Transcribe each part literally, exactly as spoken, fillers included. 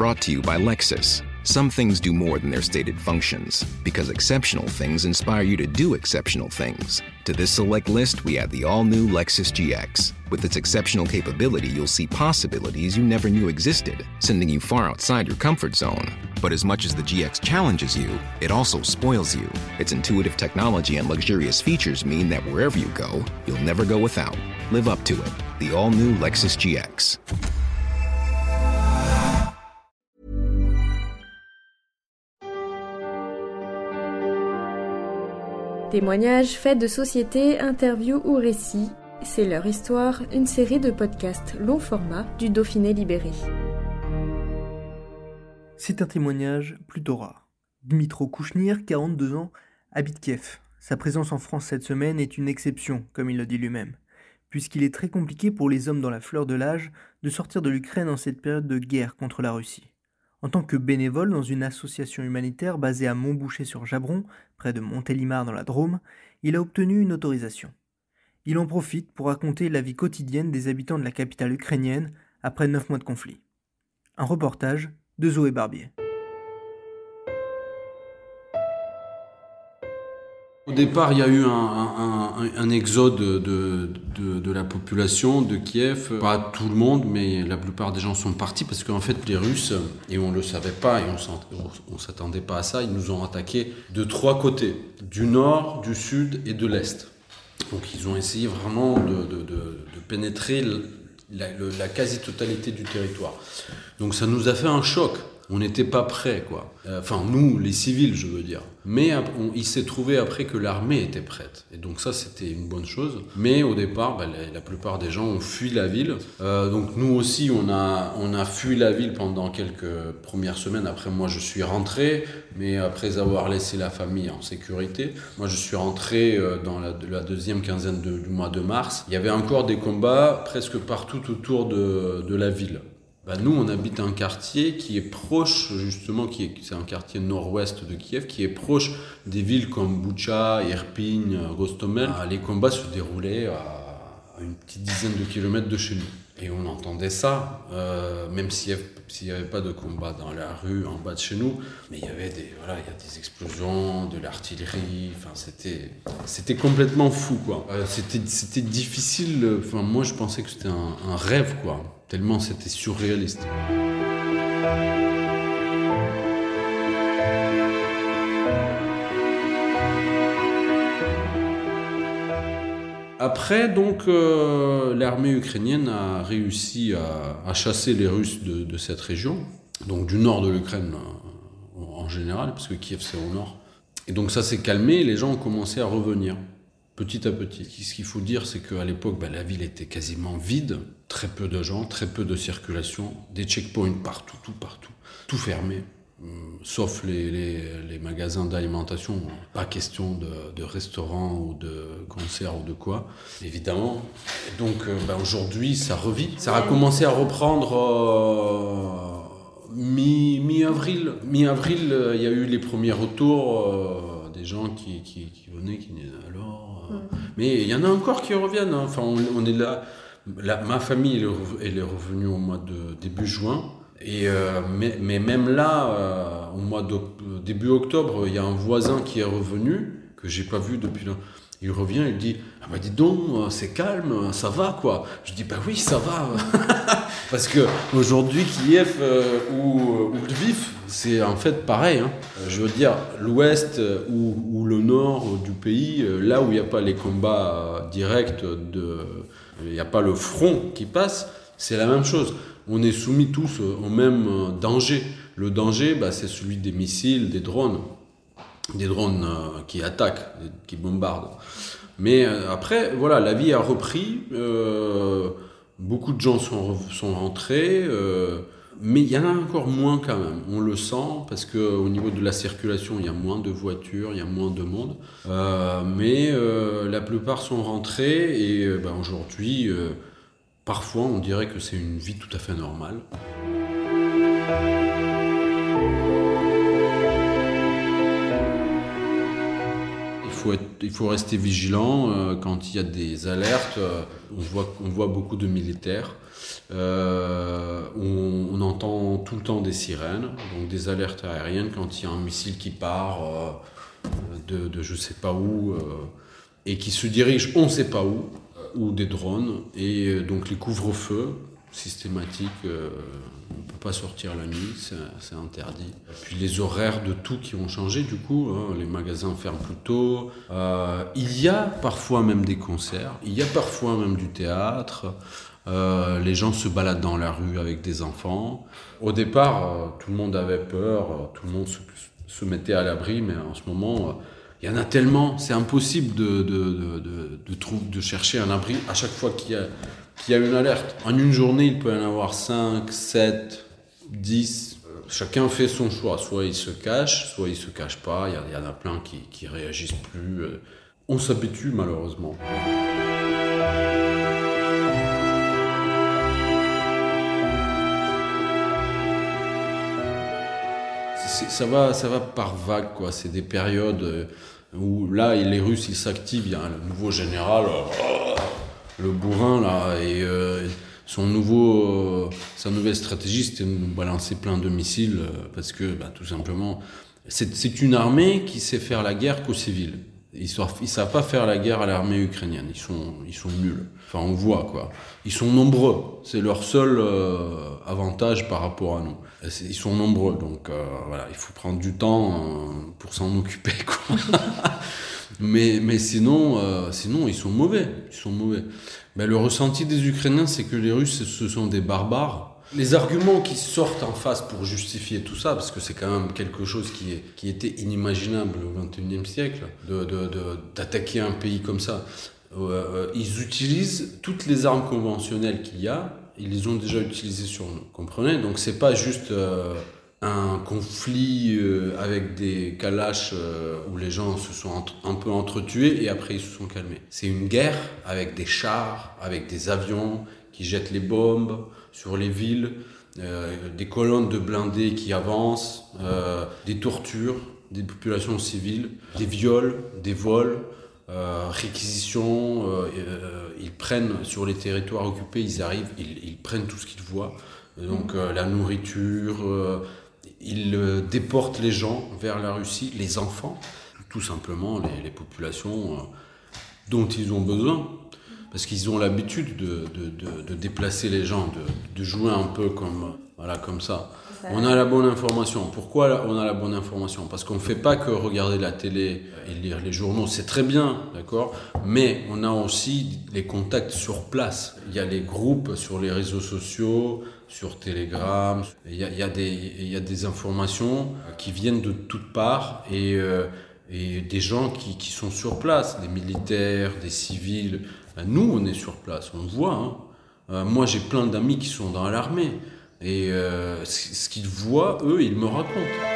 Brought to you by Lexus. Some things do more than their stated functions, because exceptional things inspire you to do exceptional things. To this select list, we add the all-new Lexus G X. With its exceptional capability, you'll see possibilities you never knew existed, sending you far outside your comfort zone. But as much as the G X challenges you, it also spoils you. Its intuitive technology and luxurious features mean that wherever you go, you'll never go without. Live up to it. The all-new Lexus G X. Témoignages, faits de société, interviews ou récits, c'est leur histoire, une série de podcasts long format du Dauphiné libéré. C'est un témoignage plutôt rare. Dmitro Kouchnir, quarante-deux ans, habite Kiev. Sa présence en France cette semaine est une exception, comme il le dit lui-même, puisqu'il est très compliqué pour les hommes dans la fleur de l'âge de sortir de l'Ukraine en cette période de guerre contre la Russie. En tant que bénévole dans une association humanitaire basée à Montboucher-sur-Jabron, près de Montélimar dans la Drôme, il a obtenu une autorisation. Il en profite pour raconter la vie quotidienne des habitants de la capitale ukrainienne après neuf mois de conflit. Un reportage de Zoé Barbier. Au départ, il y a eu un, un, un, un exode de, de, de la population de Kiev. Pas tout le monde, mais la plupart des gens sont partis parce qu'en fait, les Russes, et on ne le savait pas, et on ne s'attendait pas à ça, ils nous ont attaqués de trois côtés, du nord, du sud et de l'est. Donc ils ont essayé vraiment de, de, de, de pénétrer la, la quasi-totalité du territoire. Donc ça nous a fait un choc. On n'était pas prêts, quoi. Enfin, nous, les civils, je veux dire. Mais on, il s'est trouvé après que l'armée était prête. Et donc ça, c'était une bonne chose. Mais au départ, bah, la, la plupart des gens ont fui la ville. Euh, donc nous aussi, on a, on a fui la ville pendant quelques premières semaines. Après, moi, je suis rentré. Mais après avoir laissé la famille en sécurité, moi, je suis rentré dans la, la deuxième quinzaine de, du mois de mars. Il y avait encore des combats presque partout autour de, de la ville. Ben nous, on habite un quartier qui est proche, justement, qui est, c'est un quartier nord-ouest de Kiev, qui est proche des villes comme Boutcha, Irpin, Gostomel. Les combats se déroulaient à une petite dizaine de kilomètres de chez nous. Et on entendait ça, euh, même s'il n'y avait pas de combat dans la rue, en bas de chez nous, mais il y avait des, voilà, il y a des explosions, de l'artillerie, enfin, c'était, c'était complètement fou, quoi. Euh, c'était, c'était difficile, enfin, moi, je pensais que c'était un, un rêve, quoi. Tellement c'était surréaliste. Après, donc, euh, l'armée ukrainienne a réussi à, à chasser les Russes de, de cette région, donc du nord de l'Ukraine euh, en général, parce que Kiev c'est au nord. Et donc ça s'est calmé et les gens ont commencé à revenir. Petit à petit. Ce qu'il faut dire, c'est qu'à l'époque, bah, la ville était quasiment vide. Très peu de gens, très peu de circulation. Des checkpoints partout, tout partout. Tout fermé. Euh, sauf les, les, les magasins d'alimentation. Pas question de, de restaurants ou de concerts ou de quoi, évidemment. Et donc euh, bah, aujourd'hui, ça revit. Ça a commencé à reprendre euh, mi, mi-avril. Mi-avril, euh, il y a eu les premiers retours euh, des gens qui, qui, qui venaient, qui disaient alors... Mais il y en a encore qui reviennent. Hein. Enfin, on, on est là. La, ma famille, elle est, revenue, elle est revenue au mois de début juin. Et euh, mais, mais même là, euh, au mois de début octobre, il y a un voisin qui est revenu que j'ai pas vu depuis longtemps. Il revient, il dit ah bah dis donc, c'est calme, ça va quoi. Je dis bah oui, ça va. Parce que aujourd'hui, Kiev euh, ou, ou Lviv, c'est en fait pareil. Hein. Je veux dire, l'ouest ou, ou le nord du pays, là où il n'y a pas les combats directs, de, il n'y a pas le front qui passe, c'est la même chose. On est soumis tous au même danger. Le danger, bah, c'est celui des missiles, des drones. Des drones euh, qui attaquent, qui bombardent. Mais euh, après, voilà, la vie a repris. Euh, beaucoup de gens sont, sont rentrés. Euh, mais il y en a encore moins quand même. On le sent parce qu'au niveau de la circulation, il y a moins de voitures, il y a moins de monde. Euh, mais euh, la plupart sont rentrés. Et euh, ben, aujourd'hui, euh, parfois, on dirait que c'est une vie tout à fait normale. Il faut, être, il faut rester vigilant. Euh, quand il y a des alertes, euh, on, voit, on voit beaucoup de militaires. Euh, on, on entend tout le temps des sirènes, donc des alertes aériennes quand il y a un missile qui part euh, de, de je sais pas où euh, et qui se dirige on sait pas où, ou des drones, et euh, donc les couvre-feux systématiques, euh, on ne peut pas sortir la nuit, c'est, c'est interdit. Puis les horaires de tout qui ont changé du coup, hein, les magasins ferment plus tôt, euh, il y a parfois même des concerts, il y a parfois même du théâtre. Euh, les gens se baladent dans la rue avec des enfants. Au départ, euh, tout le monde avait peur, euh, tout le monde se, se mettait à l'abri, mais en ce moment, euh, il y en a tellement, c'est impossible de, de, de, de, de, trouver, de chercher un abri à chaque fois qu'il y a, qu'il y a une alerte. En une journée, il peut y en avoir cinq, sept, dix. Chacun fait son choix. Soit il se cache, soit il ne se cache pas. Il y, a, il y en a plein qui ne réagissent plus. On s'habitue malheureusement. C'est, ça, va, ça va par vague, quoi. C'est des périodes où là, les Russes, ils s'activent. Il y a un nouveau général, euh, le bourrin, là, et euh, son nouveau, euh, sa nouvelle stratégie, c'était de nous balancer plein de missiles, euh, parce que, bah, tout simplement, c'est, c'est une armée qui sait faire la guerre qu'aux civils. Ils ne savent pas faire la guerre à l'armée ukrainienne. Ils sont, ils sont nuls. Enfin, on voit, quoi. Ils sont nombreux. C'est leur seul euh, avantage par rapport à nous. C'est, ils sont nombreux. Donc, euh, voilà, il faut prendre du temps euh, pour s'en occuper, quoi. mais, mais sinon, euh, sinon, ils sont mauvais. Ils sont mauvais. Mais le ressenti des Ukrainiens, c'est que les Russes, ce sont des barbares. Les arguments qui sortent en face pour justifier tout ça, parce que c'est quand même quelque chose qui, est, qui était inimaginable au vingt et unième siècle, de, de, de, d'attaquer un pays comme ça, euh, ils utilisent toutes les armes conventionnelles qu'il y a, ils les ont déjà utilisées sur nous, comprenez ? Donc c'est pas juste euh, un conflit euh, avec des kalash euh, où les gens se sont entre, un peu entretués et après ils se sont calmés. C'est une guerre avec des chars, avec des avions qui jettent les bombes sur les villes, euh, des colonnes de blindés qui avancent, euh, des tortures des populations civiles, des viols, des vols, euh, réquisitions. Euh, euh, ils prennent sur les territoires occupés, ils arrivent, ils, ils prennent tout ce qu'ils voient. Donc euh, la nourriture, euh, ils euh, déportent les gens vers la Russie, les enfants, tout simplement les, les populations euh, dont ils ont besoin. Parce qu'ils ont l'habitude de, de, de, de déplacer les gens, de, de jouer un peu comme, voilà, comme ça. ça. On a la bonne information. Pourquoi on a la bonne information ? Parce qu'on ne fait pas que regarder la télé et lire les journaux. C'est très bien, d'accord ? Mais on a aussi les contacts sur place. Il y a les groupes sur les réseaux sociaux, sur Telegram. Il y a, il y a, des, il y a des informations qui viennent de toutes parts et, euh, et des gens qui, qui sont sur place, des militaires, des civils. Ben nous, on est sur place, on voit. Hein. Euh, moi, j'ai plein d'amis qui sont dans l'armée. Et euh, ce qu'ils voient, eux, ils me racontent.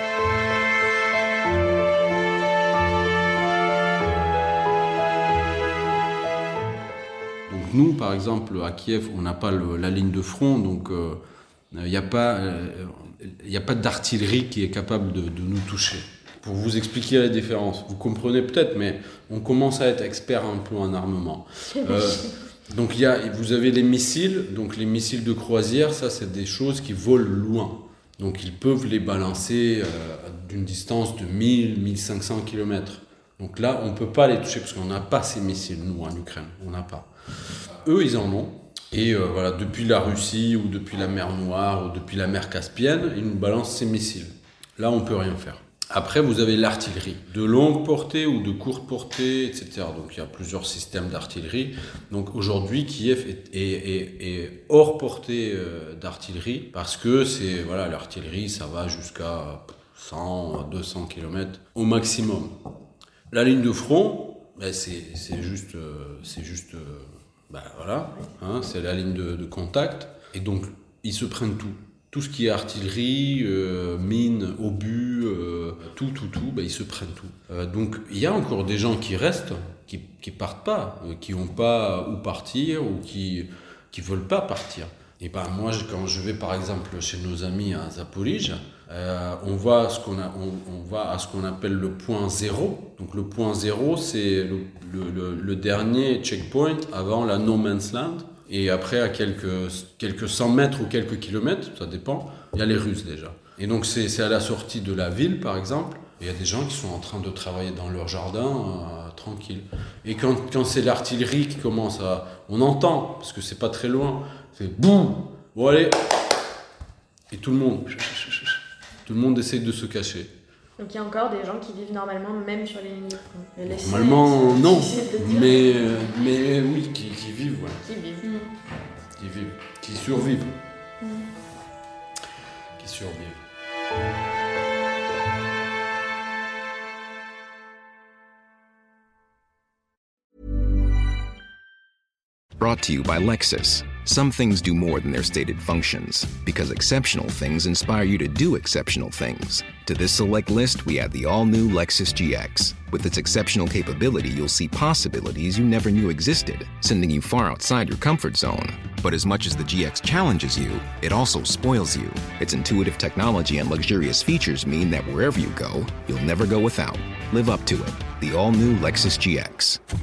Donc nous, par exemple, à Kiev, on n'a pas le, la ligne de front, donc il euh, n'y a pas, euh, y a pas d'artillerie qui est capable de, de nous toucher. Pour vous expliquer la différence, vous comprenez peut-être, mais on commence à être expert un peu en armement. Euh, donc il y a, vous avez les missiles, donc les missiles de croisière, ça c'est des choses qui volent loin. Donc ils peuvent les balancer euh, d'une distance de mille à mille cinq cents kilomètres. Donc là, on ne peut pas les toucher parce qu'on n'a pas ces missiles, nous, en Ukraine, on n'a pas. Eux, ils en ont. Et euh, voilà, depuis la Russie ou depuis la mer Noire ou depuis la mer Caspienne, ils nous balancent ces missiles. Là, on ne peut rien faire. Après, vous avez l'artillerie, de longue portée ou de courte portée, et cetera. Donc, il y a plusieurs systèmes d'artillerie. Donc, aujourd'hui, Kiev est, est, est, est hors portée euh, d'artillerie parce que c'est, voilà, l'artillerie, ça va jusqu'à cent à deux cents kilomètres au maximum. La ligne de front, ben, c'est, c'est juste, euh, c'est juste, euh, ben, voilà, hein, c'est la ligne de, de contact. Et donc, ils se prennent tout. Tout ce qui est artillerie, euh, mines, obus, euh, tout, tout, tout, ben, ils se prennent tout. Euh, donc, il y a encore des gens qui restent, qui qui partent pas, euh, qui n'ont pas où partir ou qui qui veulent pas partir. Et ben moi, quand je vais par exemple chez nos amis à Zaporizhzhia, euh, on, va ce qu'on a, on, on va à ce qu'on appelle le point zéro. Donc le point zéro, c'est le, le, le, le dernier checkpoint avant la No Man's Land. Et après, à quelques, quelques cent mètres ou quelques kilomètres, ça dépend, il y a les Russes déjà. Et donc c'est, c'est à la sortie de la ville, par exemple. Il y a des gens qui sont en train de travailler dans leur jardin, euh, tranquille. Et quand, quand c'est l'artillerie qui commence à... On entend, parce que c'est pas très loin, c'est boum, bon allez, et tout le monde, tout le monde essaie de se cacher. Donc il y a encore des gens qui vivent normalement même sur les lignes de front. Normalement non, mais, mais oui, qui, qui vivent, ouais. Qui vivent. Mmh. Qui vivent, qui survivent. Mmh. Qui survivent. Brought to you by Lexus. Some things do more than their stated functions, because exceptional things inspire you to do exceptional things. To this select list, we add the all-new Lexus G X. With its exceptional capability, you'll see possibilities you never knew existed, sending you far outside your comfort zone. But as much as the G X challenges you, it also spoils you. Its intuitive technology and luxurious features mean that wherever you go, you'll never go without. Live up to it. The all-new Lexus G X.